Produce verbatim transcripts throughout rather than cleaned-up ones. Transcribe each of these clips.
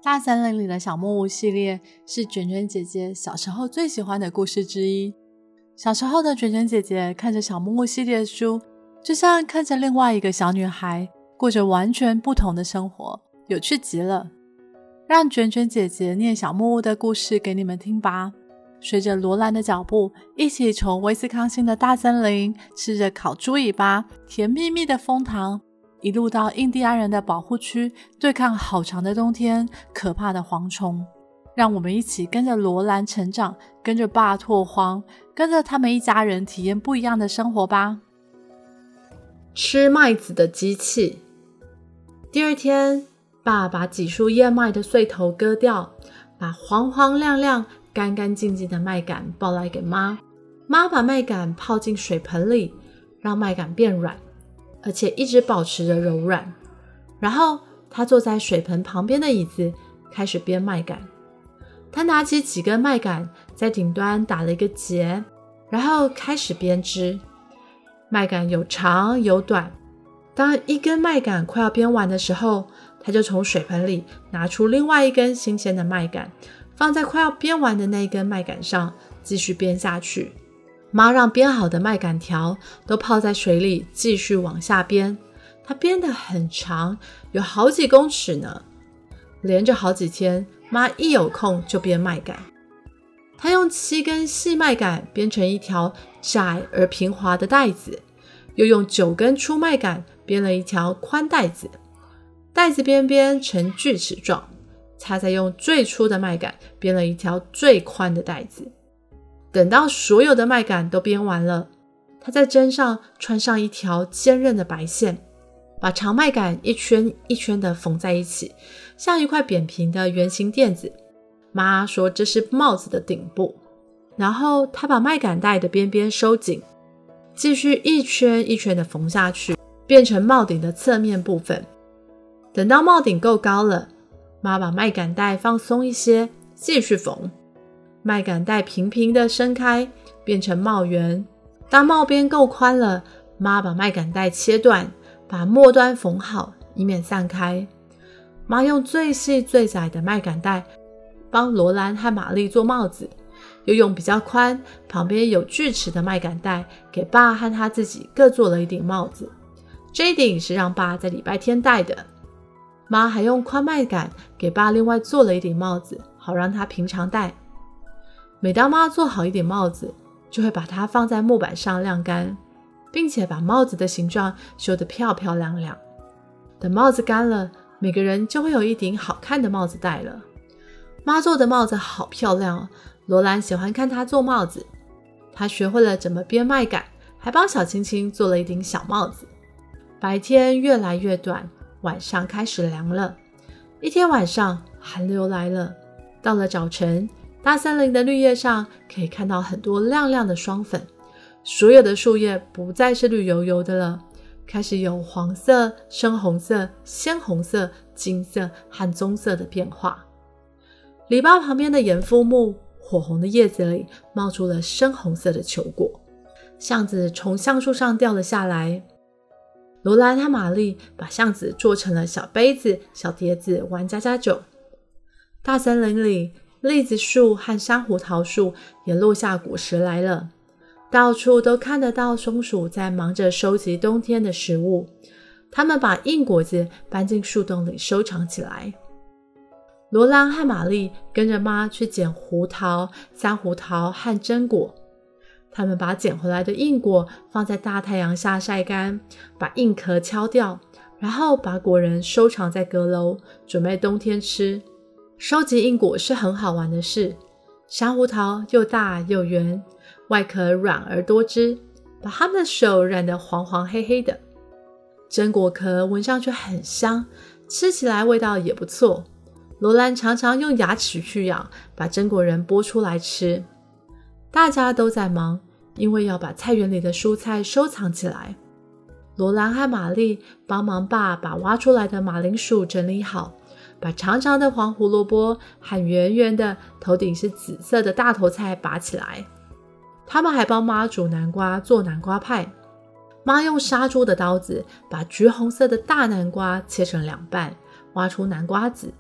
大森林里的小木屋系列是卷卷姐姐小时候最喜欢的故事之一。小时候的卷卷姐姐看着小木屋系列书，就像看着另外一个小女孩过着完全不同的生活，有趣极了。让卷卷姐姐念小木屋的故事给你们听吧。随着罗兰的脚步，一起从威斯康星的大森林吃着烤猪尾巴甜蜜蜜的枫糖，一路到印第安人的保护区，对抗好长的冬天可怕的蝗虫。让我们一起跟着罗兰成长，跟着爸拓荒，跟着他们一家人体验不一样的生活吧。 吃麦子的机器。第二天，爸把几束燕麦的穗头割掉，把黄黄亮亮干干净净的麦秆抱来给妈。妈把麦秆泡进水盆里，让麦秆变软，而且一直保持着柔软。然后他坐在水盆旁边的椅子，开始编麦秆。他拿起几根麦秆，在顶端打了一个结，然后开始编织。麦秆有长有短，当一根麦秆快要编完的时候，他就从水盆里拿出另外一根新鲜的麦秆，放在快要编完的那一根麦秆上，继续编下去。妈让编好的麦秆条都泡在水里，继续往下编。它编得很长，有好几公尺呢。连着好几天，妈一有空就编麦秆。她用七根细麦秆编成一条窄而平滑的带子，又用九根粗麦秆编了一条宽带子，带子边边呈锯齿状。她再用最粗的麦秆编了一条最宽的带子。等到所有的麦秆都编完了，她在针上穿上一条坚韧的白线，把长麦秆一圈一圈的缝在一起，像一块扁平的圆形垫子。妈说这是帽子的顶部。然后她把麦秆带的边边收紧，继续一圈一圈的缝下去，变成帽顶的侧面部分。等到帽顶够高了，妈把麦秆带放松一些，继续缝。麦秆带平平的伸开，变成帽圆。当帽边够宽了，妈把麦秆带切断，把末端缝好，以免散开。妈用最细最窄的麦秆带帮罗兰和玛丽做帽子，又用比较宽旁边有锯齿的麦秆带给爸和他自己各做了一顶帽子。这一顶是让爸在礼拜天戴的。妈还用宽麦秆给爸另外做了一顶帽子，好让他平常戴。每当妈做好一顶帽子，就会把它放在木板上晾干，并且把帽子的形状修得漂漂亮亮。等帽子干了，每个人就会有一顶好看的帽子戴了。妈做的帽子好漂亮哦，罗兰喜欢看她做帽子。她学会了怎么编麦秆，还帮小青青做了一顶小帽子。白天越来越短，晚上开始凉了。一天晚上，寒流来了。到了早晨，大森林的绿叶上可以看到很多亮亮的霜粉，所有的树叶不再是绿油油的了，开始有黄色、深红色、鲜红色、金色和棕色的变化。篱笆旁边的盐肤木火红的叶子里冒出了深红色的球果，橡子从橡树上掉了下来。罗兰和玛丽把橡子做成了小杯子、小碟子，玩家家酒。大森林里，栗子树和珊瑚桃树也落下果实来了，到处都看得到松鼠在忙着收集冬天的食物。它们把硬果子搬进树洞里收藏起来。罗兰和玛丽跟着妈去捡胡桃、珊瑚桃和榛果。他们把捡回来的硬果放在大太阳下晒干，把硬壳敲掉，然后把果仁收藏在阁楼，准备冬天吃。收集硬果是很好玩的事。珊瑚桃又大又圆，外壳软而多汁，把它们的手染得黄黄黑黑的。榛果壳闻上去很香，吃起来味道也不错。罗兰常常用牙齿去咬，把榛果仁剥出来吃。大家都在忙，因为要把菜园里的蔬菜收藏起来。罗兰和玛丽帮忙爸把挖出来的马铃薯整理好，把长长的黄胡萝卜和圆圆的头顶是紫色的大头菜拔起来。他们还帮妈煮南瓜做南瓜派。妈用杀猪的刀子把橘红色的大南瓜切成两半，挖出南瓜籽。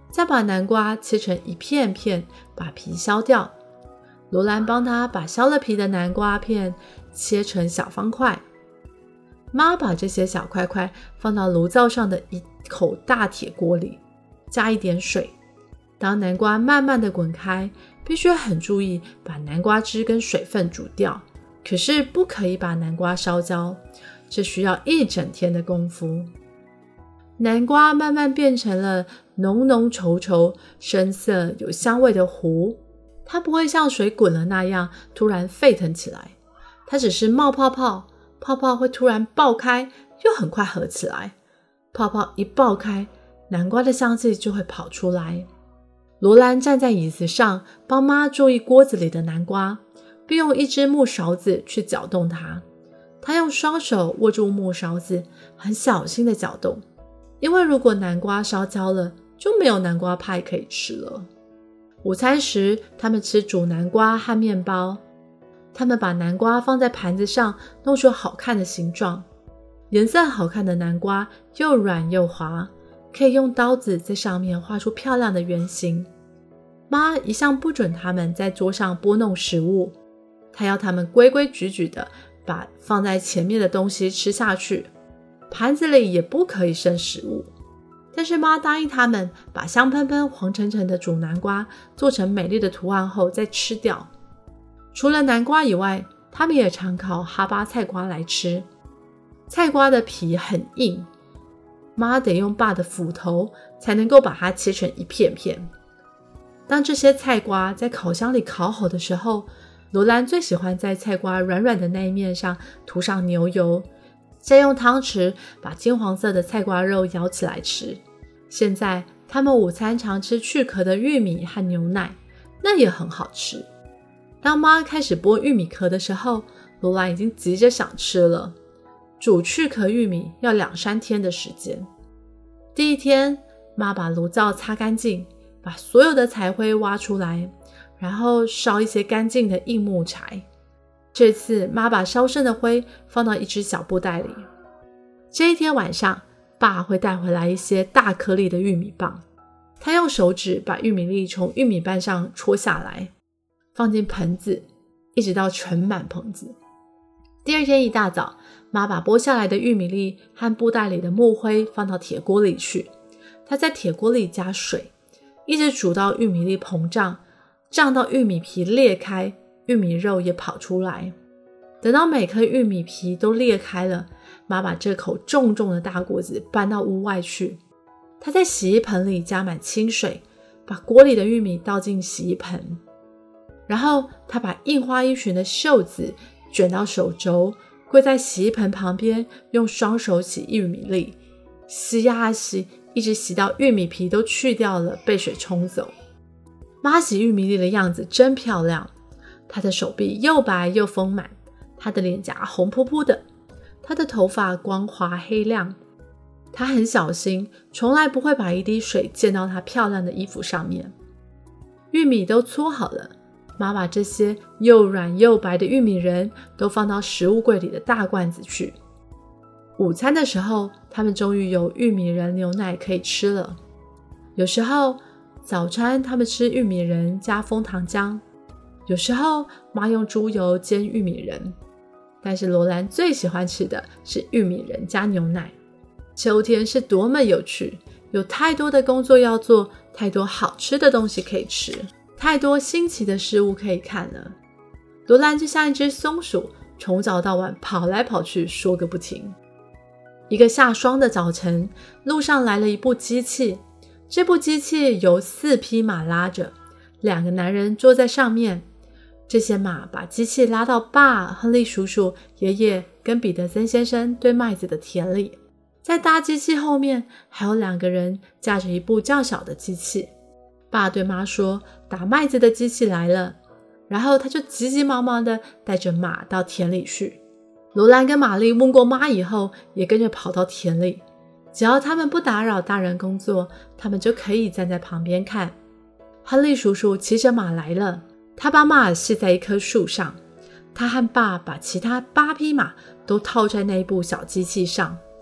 再把南瓜切成一片片，把皮削掉。罗兰帮他把削了皮的南瓜片切成小方块。妈把这些小块块放到炉灶上的一口大铁锅里，加一点水。当南瓜慢慢的滚开，必须很注意把南瓜汁跟水分煮掉，可是不可以把南瓜烧焦，这需要一整天的功夫。南瓜慢慢变成了浓浓稠稠、深色有香味的糊，它不会像水滚了那样突然沸腾起来，它只是冒泡泡，泡泡会突然爆开，又很快合起来。泡泡一爆开，南瓜的香气就会跑出来。罗兰站在椅子上，帮妈注意锅子里的南瓜，并用一只木勺子去搅动它。他用双手握住木勺子，很小心的搅动，因为如果南瓜烧焦了，就没有南瓜派可以吃了。午餐时，他们吃煮南瓜和面包。他们把南瓜放在盘子上，弄出好看的形状。颜色好看的南瓜又软又滑，可以用刀子在上面画出漂亮的圆形。妈一向不准他们在桌上拨弄食物，她要他们规规矩矩的把放在前面的东西吃下去，盘子里也不可以剩食物。但是妈答应他们把香喷喷黄澄澄的煮南瓜做成美丽的图案后再吃掉。除了南瓜以外，他们也常烤哈巴菜瓜来吃。菜瓜的皮很硬，妈得用爸的斧头才能够把它切成一片片。当这些菜瓜在烤箱里烤好的时候，罗兰最喜欢在菜瓜软软的那一面上涂上牛油，再用汤匙把金黄色的菜瓜肉舀起来吃。现在他们午餐常吃去壳的玉米和牛奶，那也很好吃。当妈开始剥玉米壳的时候，罗兰已经急着想吃了。煮去壳玉米要两三天的时间。第一天，妈把炉灶擦干净，把所有的柴灰挖出来，然后烧一些干净的硬木柴。这次妈把烧剩的灰放到一只小布袋里。这一天晚上，爸会带回来一些大颗粒的玉米棒，他用手指把玉米粒从玉米棒上戳下来，放进盆子，一直到盛满盆子。第二天一大早，妈把剥下来的玉米粒和布袋里的木灰放到铁锅里去，她在铁锅里加水，一直煮到玉米粒膨胀，胀到玉米皮裂开，玉米肉也跑出来。等到每颗玉米皮都裂开了，妈把这口重重的大锅子搬到屋外去。她在洗衣盆里加满清水，把锅里的玉米倒进洗衣盆，然后她把印花衣裙的袖子卷到手肘，跪在洗衣盆旁边，用双手洗玉米粒，洗呀洗，一直洗到玉米皮都去掉了，被水冲走。妈洗玉米粒的样子真漂亮，她的手臂又白又丰满，她的脸颊红扑扑的，她的头发光滑黑亮。她很小心，从来不会把一滴水溅到她漂亮的衣服上面。玉米都搓好了，妈把这些又软又白的玉米仁都放到食物柜里的大罐子去。午餐的时候，他们终于有玉米仁牛奶可以吃了。有时候早餐他们吃玉米仁加枫糖浆，有时候妈用猪油煎玉米仁，但是罗兰最喜欢吃的是玉米仁加牛奶。秋天是多么有趣，有太多的工作要做，太多好吃的东西可以吃，太多新奇的事物可以看了。罗兰就像一只松鼠，从早到晚跑来跑去，说个不停。一个下霜的早晨，路上来了一部机器，这部机器由四匹马拉着，两个男人坐在上面。这些马把机器拉到爸、亨利叔叔、爷爷跟彼得森先生堆麦子的田里。在大机器后面还有两个人驾着一部较小的机器。爸对妈说，打麦子的机器来了，然后他就急急忙忙地带着马到田里去。罗兰跟玛丽问过妈以后，也跟着跑到田里。只要他们不打扰大人工作，他们就可以站在旁边看。亨利叔叔骑着马来了，他把马系在一棵树上，他和爸把其他八匹马都套在那部小机器上。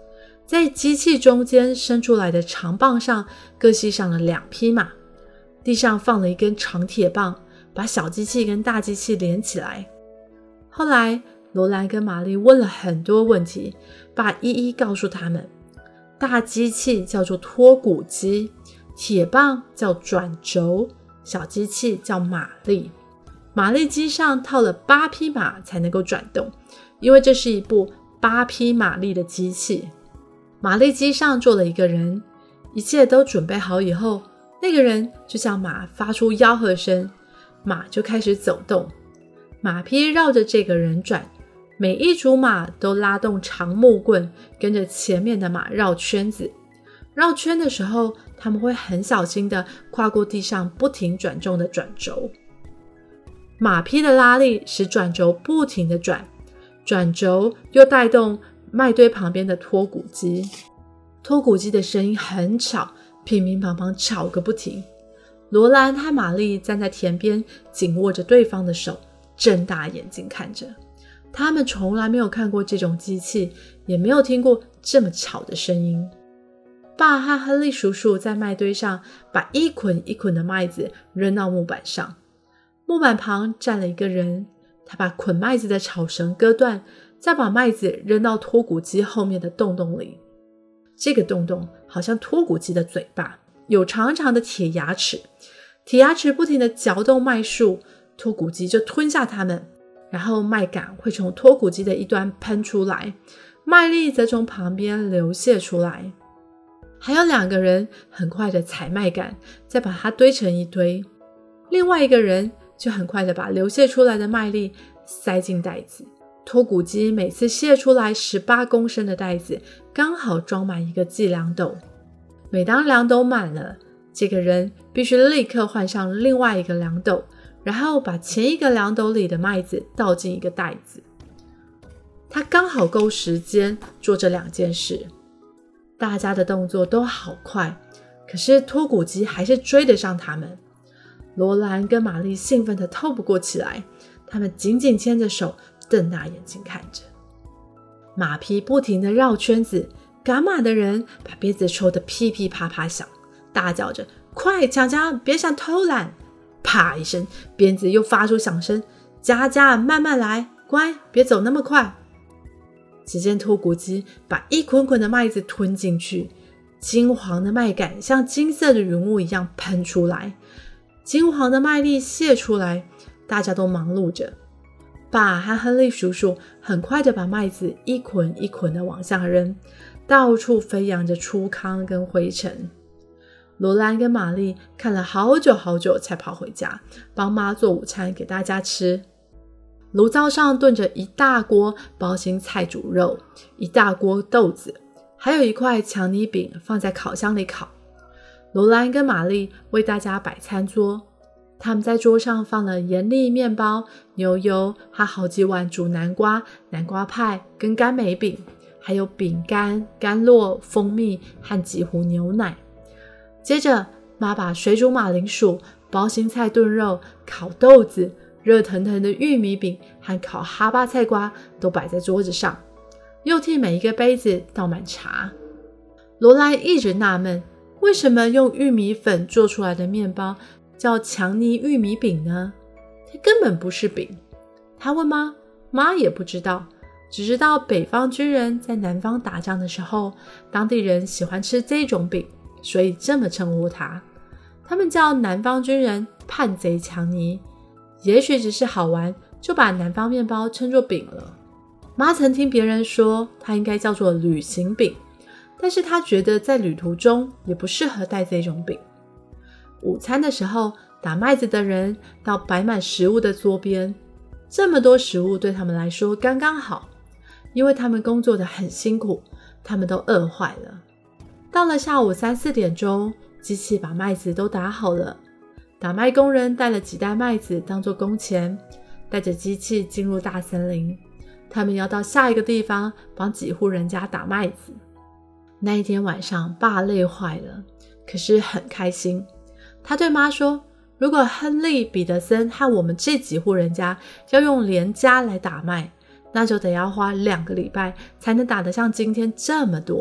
在机器中间伸出来的长棒上各系上了两匹马，地上放了一根长铁棒，把小机器跟大机器连起来。后来罗兰跟玛丽问了很多问题，爸一一告诉他们，大机器叫做脱骨机，铁棒叫转轴，小机器叫马力。马力机上套了八匹马才能够转动，因为这是一部八匹马力的机器。马力机上坐了一个人，一切都准备好以后，那个人就向马发出吆喝声，马就开始走动。马匹绕着这个人转，每一组马都拉动长木棍，跟着前面的马绕圈子。绕圈的时候，他们会很小心地跨过地上不停转动的转轴。马匹的拉力使转轴不停地转，转轴又带动麦堆旁边的脱骨机。脱骨机的声音很吵，乒乒乓乓吵个不停。罗兰和玛丽站在田边，紧握着对方的手，睁大眼睛看着。他们从来没有看过这种机器，也没有听过这么吵的声音。爸和亨利叔叔在麦堆上把一捆一捆的麦子扔到木板上，木板旁站了一个人，他把捆麦子的草绳割断，再把麦子扔到脱骨机后面的洞洞里。这个洞洞好像脱骨机的嘴巴，有长长的铁牙齿，铁牙齿不停地嚼动麦束，脱骨机就吞下它们，然后麦秆会从脱骨机的一端喷出来，麦粒则从旁边流泻出来。还有两个人很快地采麦秆，再把它堆成一堆，另外一个人就很快地把流泻出来的麦粒塞进袋子。脱骨机每次卸出来十八公升的袋子，刚好装满一个计量斗。每当量斗满了，这个人必须立刻换上另外一个量斗，然后把前一个量斗里的麦子倒进一个袋子。他刚好够时间做这两件事。大家的动作都好快，可是脱骨机还是追得上他们。罗兰跟玛丽兴奋得透不过气来，他们紧紧牵着手，瞪大眼睛看着。马匹不停地绕圈子，赶马的人把鞭子抽得噼噼啪啪响，大叫着，快强强，别想偷懒。啪一声，鞭子又发出响声，佳佳慢慢来，乖，别走那么快。只见脱骨机把一捆捆的麦子吞进去，金黄的麦秆像金色的云雾一样喷出来，金黄的麦粒泄出来，大家都忙碌着。爸和亨利叔叔很快的把麦子一捆一捆的往下扔，到处飞扬着粗糠跟灰尘。罗兰跟玛丽看了好久好久才跑回家，帮妈做午餐给大家吃。炉灶上炖着一大锅包心菜煮肉，一大锅豆子，还有一块强尼饼放在烤箱里烤。罗兰跟玛丽为大家摆餐桌，他们在桌上放了盐粒面包、牛油和好几碗煮南瓜、南瓜派跟干梅饼，还有饼干、干酪、蜂蜜和几壶牛奶。接着妈把水煮马铃薯、包心菜炖肉、烤豆子、热腾腾的玉米饼和烤哈巴菜瓜都摆在桌子上，又替每一个杯子倒满茶。罗兰一直纳闷，为什么用玉米粉做出来的面包叫强尼玉米饼呢？它根本不是饼。他问妈，妈也不知道，只知道北方军人在南方打仗的时候，当地人喜欢吃这种饼，所以这么称呼它。他们叫南方军人叛贼强尼，也许只是好玩，就把南方面包称作饼了。妈曾听别人说它应该叫做旅行饼，但是她觉得在旅途中也不适合带这种饼。午餐的时候，打麦子的人到摆满食物的桌边，这么多食物对他们来说刚刚好，因为他们工作得很辛苦，他们都饿坏了。到了下午三四点钟，机器把麦子都打好了，打麦工人带了几袋麦子当作工钱，带着机器进入大森林，他们要到下一个地方帮几户人家打麦子。那一天晚上，爸累坏了，可是很开心。他对妈说，如果亨利、彼得森和我们这几户人家要用连家来打麦，那就得要花两个礼拜才能打得像今天这么多。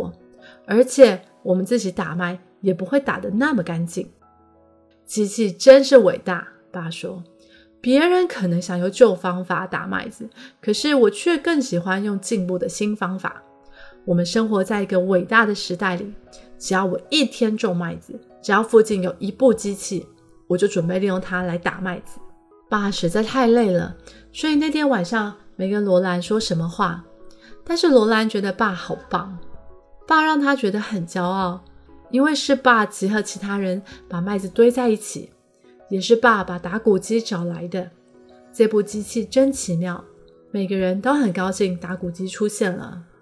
而且我们自己打麦也不会打得那么干净。机器真是伟大，爸说。别人可能想用旧方法打麦子，可是我却更喜欢用进步的新方法。我们生活在一个伟大的时代里，只要我一天种麦子，只要附近有一部机器，我就准备利用它来打麦子。爸实在太累了，所以那天晚上没跟罗兰说什么话。但是罗兰觉得爸好棒，爸让他觉得很骄傲，因为是爸集合其他人把麦子堆在一起，也是爸把打谷机找来的。这部机器真奇妙，每个人都很高兴打谷机出现了。